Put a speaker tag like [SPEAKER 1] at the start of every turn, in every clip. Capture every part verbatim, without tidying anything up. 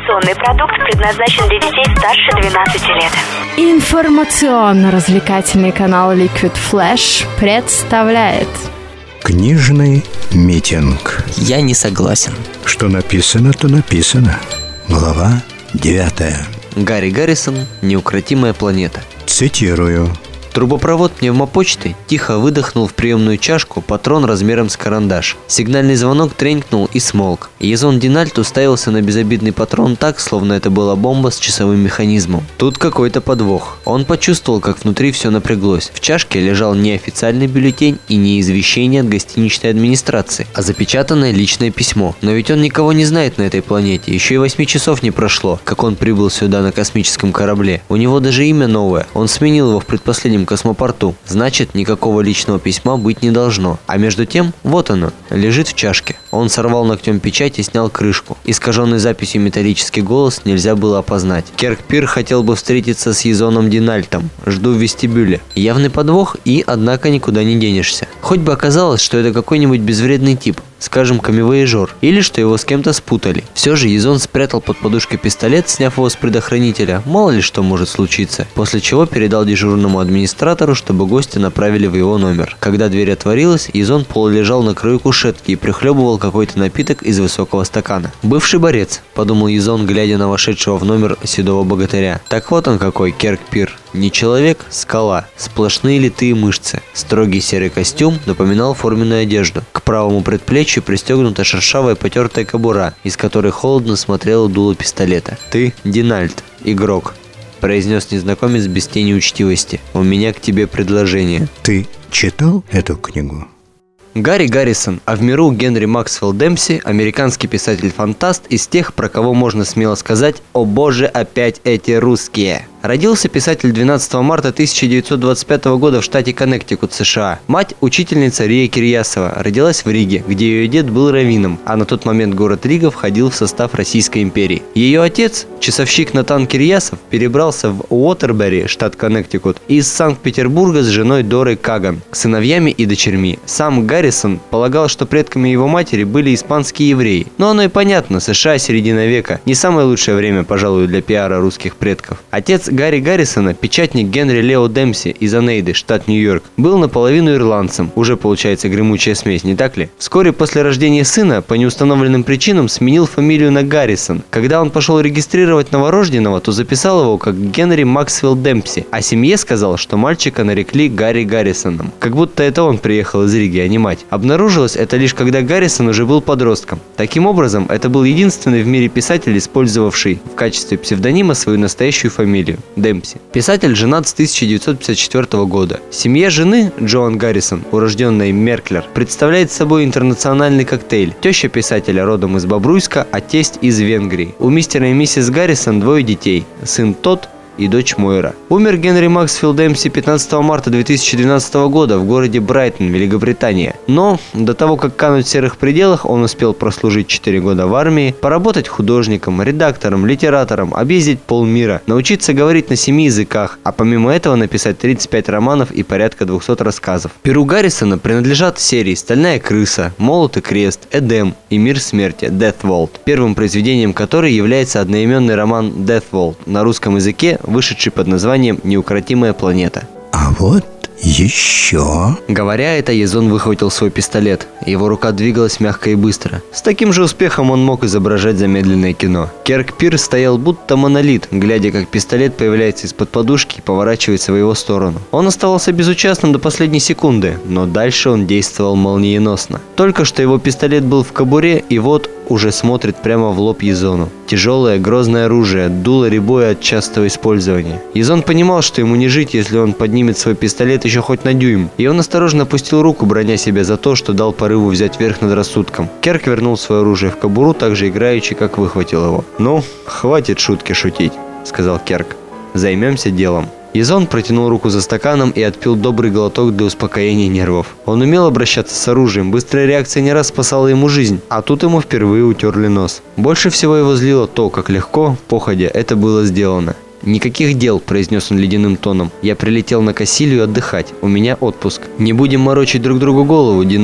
[SPEAKER 1] Информационный продукт предназначен для детей старше двенадцати лет.
[SPEAKER 2] Информационно-развлекательный канал Liquid Flash представляет
[SPEAKER 3] книжный митинг.
[SPEAKER 4] Я не согласен.
[SPEAKER 3] Что написано, то написано. Глава девятая.
[SPEAKER 4] Гарри Гаррисон. Неукротимая планета.
[SPEAKER 3] Цитирую.
[SPEAKER 4] Трубопровод пневмопочты тихо выдохнул в приемную чашку патрон размером с карандаш. Сигнальный звонок тренькнул и смолк. Язон Динальт уставился на безобидный патрон так, словно это была бомба с часовым механизмом. Тут какой-то подвох. Он почувствовал, как внутри все напряглось. В чашке лежал не официальный бюллетень и не извещение от гостиничной администрации, а запечатанное личное письмо. Но ведь он никого не знает на этой планете. Еще и восьми часов не прошло, как он прибыл сюда на космическом корабле. У него даже имя новое. Он сменил его в предпоследнем космопорту. Значит, никакого личного письма быть не должно. А между тем, вот оно, лежит в чашке. Он сорвал ногтем печать и снял крышку. Искаженный записью металлический голос нельзя было опознать. Керк Пир хотел бы встретиться с Язоном Динальтом. Жду в вестибюле. Явный подвох и, однако, никуда не денешься. Хоть бы оказалось, что это какой-нибудь безвредный тип, скажем, камевояжер, или что его с кем-то спутали. Все же Язон спрятал под подушкой пистолет, сняв его с предохранителя, мало ли что может случиться, после чего передал дежурному администратору, чтобы гостя направили в его номер. Когда дверь отворилась, Язон полулежал на краю кушетки и прихлебывал какой-то напиток из высокого стакана. «Бывший борец», — подумал Язон, глядя на вошедшего в номер седого богатыря. Так вот он какой, Керк Пир. Не человек, скала, сплошные литые мышцы. Строгий серый костюм напоминал форменную одежду. К правому предплечью пристегнута шершавая потертая кобура, из которой холодно смотрело дуло пистолета. «Ты, Динальт, игрок», — произнес незнакомец без тени учтивости. «У меня к тебе предложение».
[SPEAKER 3] Ты читал эту книгу?
[SPEAKER 4] Гарри Гаррисон, а в миру Генри Максвелл Демпси, американский писатель-фантаст из тех, про кого можно смело сказать: «О боже, опять эти русские». Родился писатель двенадцатого марта тысяча девятьсот двадцать пятого года в штате Коннектикут, США. Мать – учительница Рия Кирьясова, родилась в Риге, где ее дед был раввином, а на тот момент город Рига входил в состав Российской империи. Ее отец, часовщик Натан Кирьясов, перебрался в Уотербери, штат Коннектикут, из Санкт-Петербурга с женой Дорой Каган, сыновьями и дочерьми. Сам Гаррисон полагал, что предками его матери были испанские евреи. Но оно и понятно, США середина века, не самое лучшее время, пожалуй, для пиара русских предков. Отец Гарри Гаррисона, печатник Генри Лео Демпси из Онейды, штат Нью-Йорк, был наполовину ирландцем. Уже получается гремучая смесь, не так ли? Вскоре после рождения сына, по неустановленным причинам, сменил фамилию на Гаррисон. Когда он пошел регистрировать новорожденного, то записал его как Генри Максвелл Демпси, а семье сказал, что мальчика нарекли Гарри Гаррисоном. Как будто это он приехал из Риги, а не мать. Обнаружилось это лишь когда Гаррисон уже был подростком. Таким образом, это был единственный в мире писатель, использовавший в качестве псевдонима свою настоящую фамилию – Демпси. Писатель женат с тысяча девятьсот пятьдесят четвёртого года. Семья жены, Джоан Гаррисон, урожденная Мерклер, представляет собой интернациональный коктейль. Теща писателя родом из Бобруйска, а тесть из Венгрии. У мистера и миссис Гаррисон двое детей – сын Тодд и дочь Мойра. Умер Генри Максвелл Демпси пятнадцатого марта две тысячи двенадцатого года в городе Брайтон, Великобритания. Но до того, как кануть в серых пределах, он успел прослужить четыре года в армии, поработать художником, редактором, литератором, объездить полмира, научиться говорить на семи языках, а помимо этого написать тридцать пять романов и порядка двухсот рассказов. Перу Гаррисона принадлежат серии «Стальная крыса», «Молот и крест», «Эдем» и «Мир смерти» Death Vault, первым произведением которой является одноименный роман Death Vault, на русском языке вышедший под названием «Неукротимая планета».
[SPEAKER 3] А вот еще.
[SPEAKER 4] Говоря это, Язон выхватил свой пистолет. Его рука двигалась мягко и быстро. С таким же успехом он мог изображать замедленное кино. Керк Пир стоял будто монолит, глядя, как пистолет появляется из-под подушки и поворачивается в его сторону. Он оставался безучастным до последней секунды, но дальше он действовал молниеносно. Только что его пистолет был в кобуре, и вот уже смотрит прямо в лоб Язону. Тяжелое, грозное оружие, дуло рябое от частого использования. Язон понимал, что ему не жить, если он поднимет свой пистолет еще хоть на дюйм, и он осторожно опустил руку, броня себя за то, что дал порыву взять верх над рассудком. Керк вернул свое оружие в кобуру, так же играючи, как выхватил его. «Ну, хватит шутки шутить», — сказал Керк. «Займемся делом». Язон протянул руку за стаканом и отпил добрый глоток для успокоения нервов. Он умел обращаться с оружием, быстрая реакция не раз спасала ему жизнь, а тут ему впервые утерли нос. Больше всего его злило то, как легко, походя, это было сделано. «Никаких дел», – произнес он ледяным тоном. «Я прилетел на Кассилию отдыхать. У меня отпуск. Не будем морочить друг другу голову, Динальт.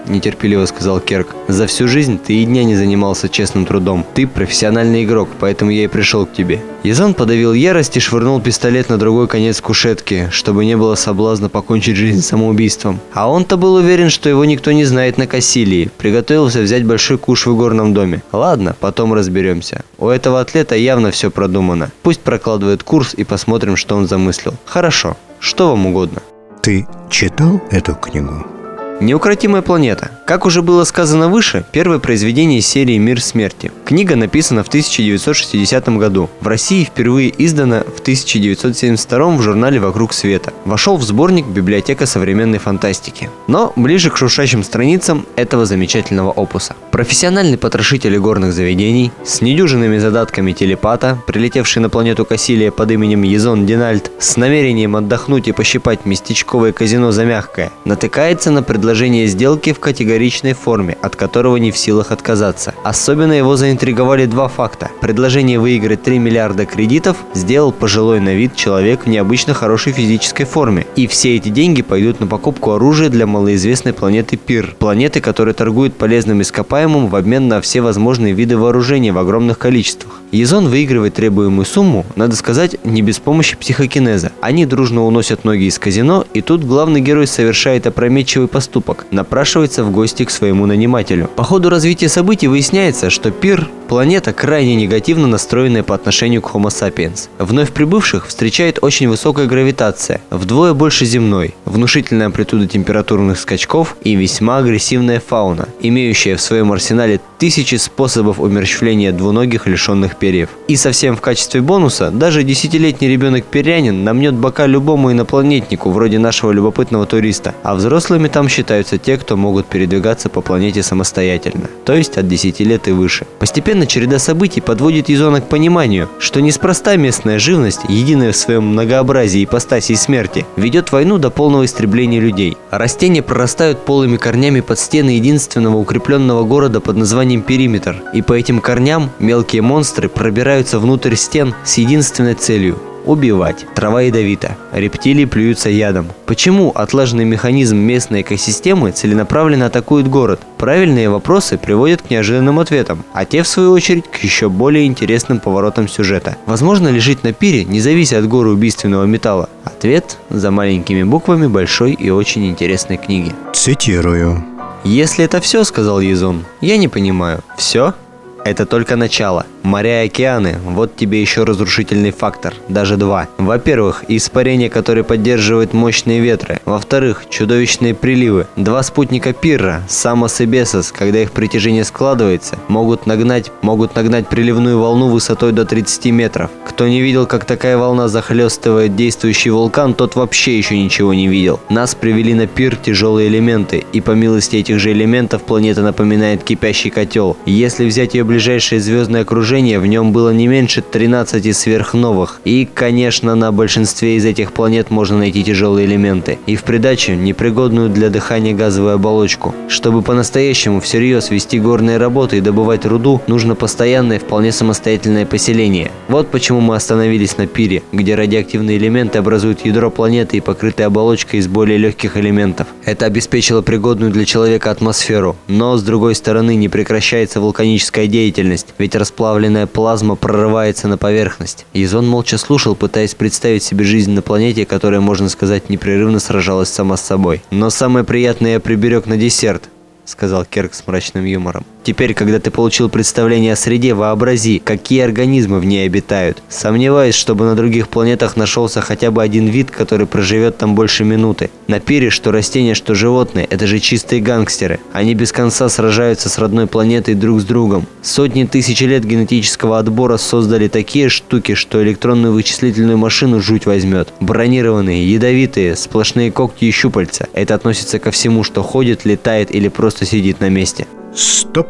[SPEAKER 4] – нетерпеливо сказал Керк. «За всю жизнь ты и дня не занимался честным трудом. Ты профессиональный игрок, поэтому я и пришел к тебе». Язон подавил ярость и швырнул пистолет на другой конец кушетки, чтобы не было соблазна покончить жизнь самоубийством. А он-то был уверен, что его никто не знает на Кассилии. Приготовился взять большой куш в игорном доме. Ладно, потом разберемся. У этого атлета явно все продумано. Пусть прокладывает курс и посмотрим, что он замыслил. Хорошо. Что вам угодно.
[SPEAKER 3] Ты читал эту книгу?
[SPEAKER 4] «Неукротимая планета». Как уже было сказано выше, первое произведение из серии «Мир смерти». Книга написана в тысяча девятьсот шестидесятом году. В России впервые издана в тысяча девятьсот семьдесят втором в журнале «Вокруг света». Вошел в сборник «Библиотека современной фантастики». Но ближе к шуршащим страницам этого замечательного опуса. Профессиональный потрошитель игорных заведений, с недюжинными задатками телепата, прилетевший на планету Кассилия под именем Язон Динальт, с намерением отдохнуть и пощипать местечковое казино за мягкое, натыкается на предложение сделки в категоричной форме, от которого не в силах отказаться. Особенно его заинтриговали два факта. Предложение выиграть три миллиарда кредитов сделал пожилой на вид человек в необычно хорошей физической форме. И все эти деньги пойдут на покупку оружия для малоизвестной планеты Пир. Планеты, которая торгует полезным ископаемым в обмен на все возможные виды вооружения в огромных количествах. Язон выигрывает требуемую сумму, надо сказать, не без помощи психокинеза. Они дружно уносят ноги из казино, и тут главный герой совершает опрометчивый поступок – напрашивается в гости к своему нанимателю. По ходу развития событий выясняется, что Пир – планета, крайне негативно настроенная по отношению к Homo sapiens. Вновь прибывших встречает очень высокая гравитация, вдвое больше земной, внушительная амплитуда температурных скачков и весьма агрессивная фауна, имеющая в своем арсенале тысячи способов умерщвления двуногих, лишенных перьев. И совсем в качестве бонуса, даже десятилетний ребенок-пирянин намнет бока любому инопланетнику, вроде нашего любопытного туриста, а взрослыми там считаются те, кто могут передвигаться по планете самостоятельно, то есть от десяти лет и выше. Постепенно череда событий подводит Язона к пониманию, что неспроста местная живность, единая в своем многообразии ипостасей смерти, ведет войну до полного истребления людей. Растения прорастают полыми корнями под стены единственного укрепленного города под названием Периметр, и по этим корням мелкие монстры пробираются внутрь стен с единственной целью – убивать. Трава ядовита. Рептилии плюются ядом. Почему отлаженный механизм местной экосистемы целенаправленно атакует город? Правильные вопросы приводят к неожиданным ответам, а те, в свою очередь, к еще более интересным поворотам сюжета. Возможно ли жить на Пире, не завися от горы убийственного металла? Ответ за маленькими буквами большой и очень интересной книги.
[SPEAKER 3] Цитирую.
[SPEAKER 4] «Если это все, — сказал Язон, — я не понимаю. Все? Это только начало. Моря и океаны – вот тебе еще разрушительный фактор, даже два. Во-первых, испарение, которое поддерживает мощные ветры. Во-вторых, чудовищные приливы. Два спутника Пирра, Самос и Бесос, когда их притяжение складывается, могут нагнать, могут нагнать приливную волну высотой до тридцати метров. Кто не видел, как такая волна захлестывает действующий вулкан, тот вообще еще ничего не видел. Нас привели на Пир тяжелые элементы, и по милости этих же элементов планета напоминает кипящий котел. Если взять ее ближайшее звездное окружение, в нем было не меньше тринадцати сверхновых. И, конечно, на большинстве из этих планет можно найти тяжелые элементы. И в придачу непригодную для дыхания газовую оболочку. Чтобы по-настоящему всерьез вести горные работы и добывать руду, нужно постоянное, вполне самостоятельное поселение. Вот почему мы остановились на Пире, где радиоактивные элементы образуют ядро планеты и покрыты оболочкой из более легких элементов. Это обеспечило пригодную для человека атмосферу. Но, с другой стороны, не прекращается вулканическая деятельность, ведь расплавленная плазма прорывается на поверхность. Язон молча слушал, пытаясь представить себе жизнь на планете, которая, можно сказать, непрерывно сражалась сама с собой. «Но самое приятное я приберег на десерт», — сказал Керк с мрачным юмором. «Теперь, когда ты получил представление о среде, вообрази, какие организмы в ней обитают. Сомневаюсь, чтобы на других планетах нашелся хотя бы один вид, который проживет там больше минуты. На Пире, что растения, что животные, это же чистые гангстеры. Они без конца сражаются с родной планетой друг с другом. Сотни тысяч лет генетического отбора создали такие штуки, что электронную вычислительную машину жуть возьмет. Бронированные, ядовитые, сплошные когти и щупальца. Это относится ко всему, что ходит, летает или просто сидит на месте».
[SPEAKER 3] Стоп.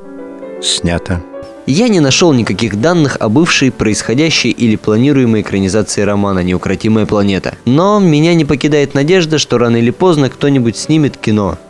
[SPEAKER 3] Снято.
[SPEAKER 4] Я не нашел никаких данных о бывшей, происходящей или планируемой экранизации романа «Неукротимая планета». Но меня не покидает надежда, что рано или поздно кто-нибудь снимет кино.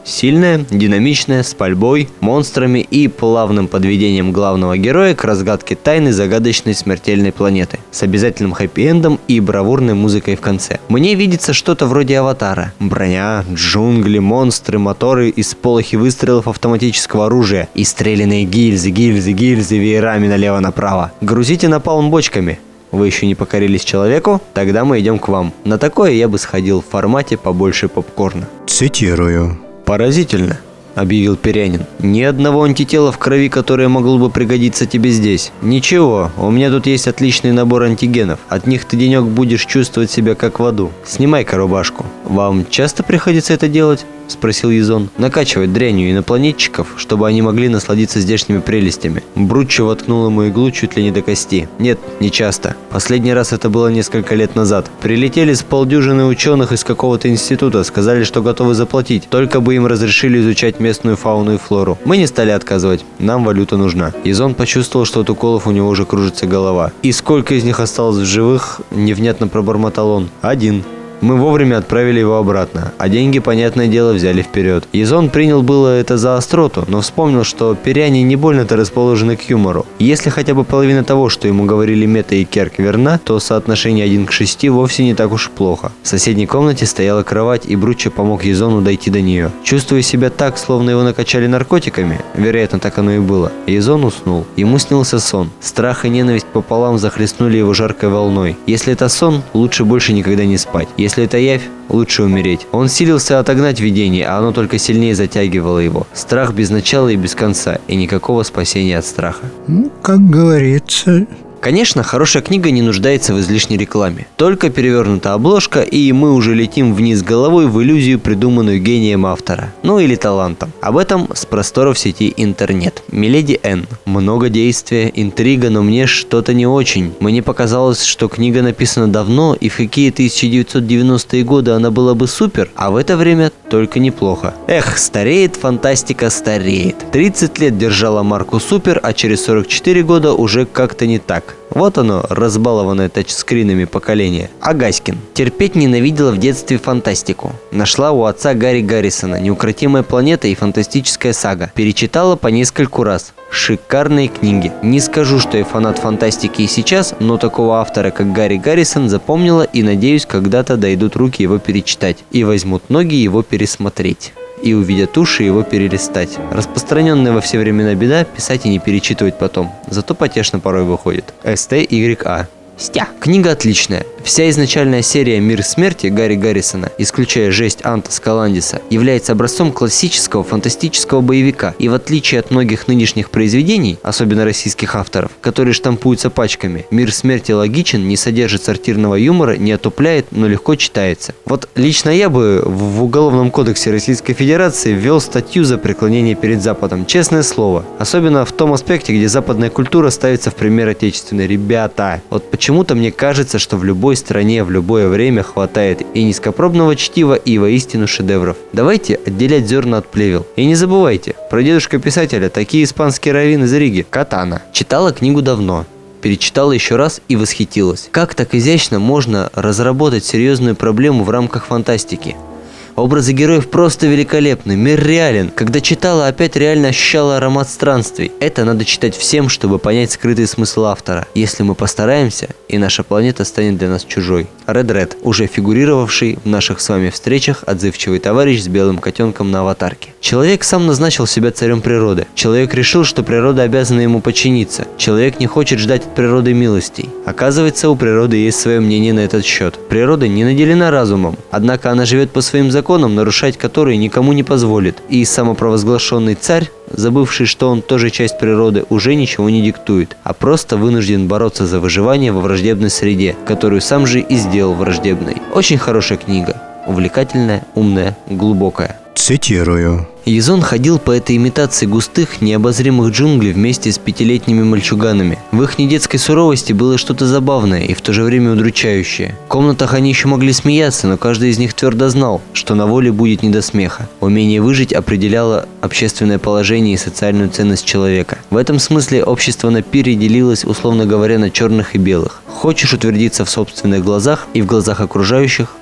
[SPEAKER 4] Сильная, динамичная, с пальбой, монстрами и плавным подведением главного героя к разгадке тайны загадочной смертельной планеты. С обязательным хэппи-эндом и бравурной музыкой в конце. Мне видится что-то вроде «Аватара». Броня, джунгли, монстры, моторы и сполохи выстрелов автоматического оружия. И стрелянные гильзы, гильзы, гильзы веерами налево-направо. Грузите напалм бочками. Вы еще не покорились человеку? Тогда мы идем к вам. На такое я бы сходил в формате побольше попкорна.
[SPEAKER 3] Цитирую.
[SPEAKER 4] «Поразительно», — объявил Перянин. «Ни одного антитела в крови, которое могло бы пригодиться тебе здесь. Ничего, у меня тут есть отличный набор антигенов. От них ты денек будешь чувствовать себя как в аду. Снимай-ка рубашку». «Вам часто приходится это делать?» — спросил Язон. «Накачивать дрянью инопланетчиков, чтобы они могли насладиться здешними прелестями». Бруччо воткнул ему иглу чуть ли не до кости. «Нет, не часто. Последний раз это было несколько лет назад. Прилетели с полдюжины ученых из какого-то института, сказали, что готовы заплатить, только бы им разрешили изучать местную фауну и флору. Мы не стали отказывать. Нам валюта нужна». Язон почувствовал, что от уколов у него уже кружится голова. «И сколько из них осталось в живых?» — невнятно пробормотал он. «Один». Мы вовремя отправили его обратно, а деньги, понятное дело, взяли вперед. Язон принял было это за остроту, но вспомнил, что перяне не больно-то расположены к юмору. Если хотя бы половина того, что ему говорили Мета и Керк, верна, то соотношение один к шести вовсе не так уж плохо. В соседней комнате стояла кровать, и Бруччо помог Язону дойти до нее. Чувствуя себя так, словно его накачали наркотиками, вероятно, так оно и было, Язон уснул. Ему снился сон. Страх и ненависть пополам захлестнули его жаркой волной. Если это сон, лучше больше никогда не спать. Если это явь, лучше умереть. Он силился отогнать видение, а оно только сильнее затягивало его. Страх без начала и без конца, и никакого спасения от страха.
[SPEAKER 3] Ну, как говорится...
[SPEAKER 4] Конечно, хорошая книга не нуждается в излишней рекламе. Только перевернута обложка, и мы уже летим вниз головой в иллюзию, придуманную гением автора. Ну или талантом. Об этом с просторов сети интернет. Миледи Н. Много действия, интрига, но мне что-то не очень. Мне показалось, что книга написана давно, и в какие тысяча девятьсот девяностые годы она была бы супер, а в это время только неплохо. Эх, стареет фантастика, стареет. тридцать лет держала марку супер, а через сорок четыре года уже как-то не так. Вот оно, разбалованное тачскринами поколение. Агаськин. Терпеть ненавидела в детстве фантастику. Нашла у отца Гарри Гаррисона «Неукротимая планета» и «Фантастическая сага». Перечитала по нескольку раз. Шикарные книги. Не скажу, что я фанат фантастики и сейчас, но такого автора, как Гарри Гаррисон, запомнила и, надеюсь, когда-то дойдут руки его перечитать. И возьмут ноги его пересмотреть. И увидят уши его перелистать. Распространенная во все времена беда – писать и не перечитывать потом. Зато потешно порой выходит. эс тэ уай а. Стя. Книга отличная. Вся изначальная серия «Мир смерти» Гарри Гаррисона, исключая жесть Анта Скаландиса, является образцом классического фантастического боевика. И в отличие от многих нынешних произведений, особенно российских авторов, которые штампуются пачками, «Мир смерти» логичен, не содержит сортирного юмора, не отупляет, но легко читается. Вот лично я бы в Уголовном кодексе Российской Федерации ввел статью за преклонение перед Западом. Честное слово. Особенно в том аспекте, где западная культура ставится в пример отечественной. Ребята, вот почему-то мне кажется, что в любой стране в любое время хватает и низкопробного чтива, и воистину шедевров. Давайте отделять зерна от плевел. И не забывайте, про дедушка писателя такие испанские раввины из Риги. Катана. Читала книгу давно. Перечитала еще раз и восхитилась. Как так изящно можно разработать серьезную проблему в рамках фантастики? Образы героев просто великолепны, мир реален. Когда читала, опять реально ощущала аромат странствий. Это надо читать всем, чтобы понять скрытый смысл автора. Если мы постараемся, и наша планета станет для нас чужой. Ред Ред, уже фигурировавший в наших с вами встречах отзывчивый товарищ с белым котенком на аватарке. Человек сам назначил себя царем природы. Человек решил, что природа обязана ему подчиниться. Человек не хочет ждать от природы милостей. Оказывается, у природы есть свое мнение на этот счет. Природа не наделена разумом, однако она живет по своим законам, законам, нарушать которые никому не позволит. И самопровозглашенный царь, забывший, что он тоже часть природы, уже ничего не диктует, а просто вынужден бороться за выживание во враждебной среде, которую сам же и сделал враждебной. Очень хорошая книга. Увлекательная, умная, глубокая.
[SPEAKER 3] Цитирую.
[SPEAKER 4] Язон ходил по этой имитации густых, необозримых джунглей вместе с пятилетними мальчуганами. В их недетской суровости было что-то забавное и в то же время удручающее. В комнатах они еще могли смеяться, но каждый из них твердо знал, что на воле будет не до смеха. Умение выжить определяло общественное положение и социальную ценность человека. В этом смысле общество на пире делилось, условно говоря, на черных и белых. Хочешь утвердиться в собственных глазах и в глазах окружающих –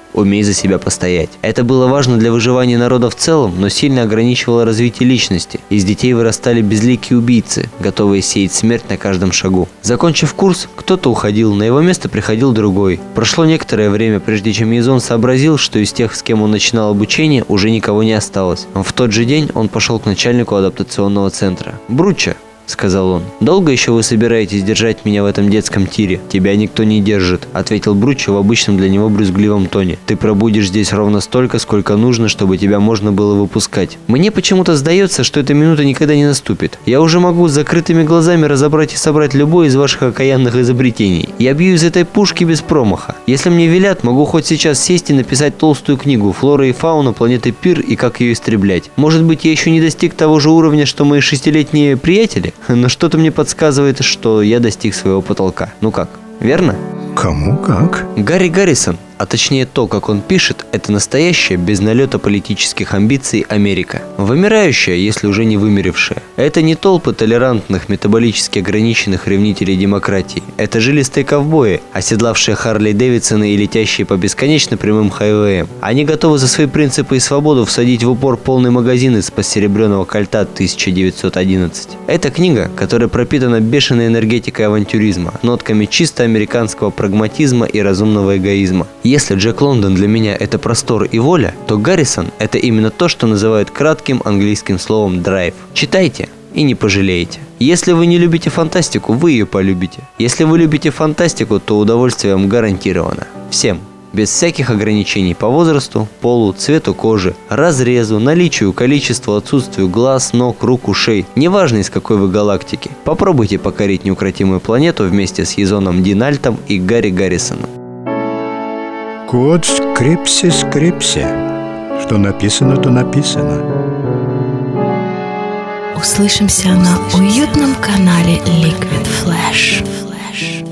[SPEAKER 4] Умей за себя постоять. Это было важно для выживания народа в целом, но сильно ограничивало развитие личности. Из детей вырастали безликие убийцы, готовые сеять смерть на каждом шагу. Закончив курс, кто-то уходил, на его место приходил другой. Прошло некоторое время, прежде чем Язон сообразил, что из тех, с кем он начинал обучение, уже никого не осталось. В тот же день он пошел к начальнику адаптационного центра. «Бруччо», — сказал он, — «долго еще вы собираетесь держать меня в этом детском тире? Тебя никто не держит», — ответил Бруччо в обычном для него брюзгливом тоне. «Ты пробудешь здесь ровно столько, сколько нужно, чтобы тебя можно было выпускать. Мне почему-то сдается, что эта минута никогда не наступит. Я уже могу с закрытыми глазами разобрать и собрать любое из ваших окаянных изобретений. Я бью из этой пушки без промаха. Если мне велят, могу хоть сейчас сесть и написать толстую книгу «Флора и фауна планеты Пир и как ее истреблять». Может быть, я еще не достиг того же уровня, что мои шестилетние приятели? Но что-то мне подсказывает, что я достиг своего потолка. Ну как, верно?
[SPEAKER 3] Кому как?
[SPEAKER 4] Гарри Гаррисон, а точнее то, как он пишет, это настоящая, без налета политических амбиций Америка. Вымирающая, если уже не вымерившая. Это не толпы толерантных, метаболически ограниченных ревнителей демократии. Это жилистые ковбои, оседлавшие Харли Дэвидсоны и летящие по бесконечно прямым хайвеям. Они готовы за свои принципы и свободу всадить в упор полный магазин из посеребренного кольта тысяча девятьсот одиннадцать. Это книга, которая пропитана бешеной энергетикой авантюризма, нотками чисто американского прагматизма и разумного эгоизма. Если Джек Лондон для меня это простор и воля, то Гаррисон это именно то, что называют кратким английским словом «драйв». Читайте и не пожалеете. Если вы не любите фантастику, вы ее полюбите. Если вы любите фантастику, то удовольствие вам гарантировано. Всем. Без всяких ограничений по возрасту, полу, цвету кожи, разрезу, наличию, количеству, отсутствию глаз, ног, рук, ушей. Неважно, из какой вы галактики. Попробуйте покорить неукротимую планету вместе с Язоном Динальтом и Гарри Гаррисоном.
[SPEAKER 3] Код скрипси-скрипси. Что написано, то написано.
[SPEAKER 2] Услышимся на уютном канале Liquid Flash.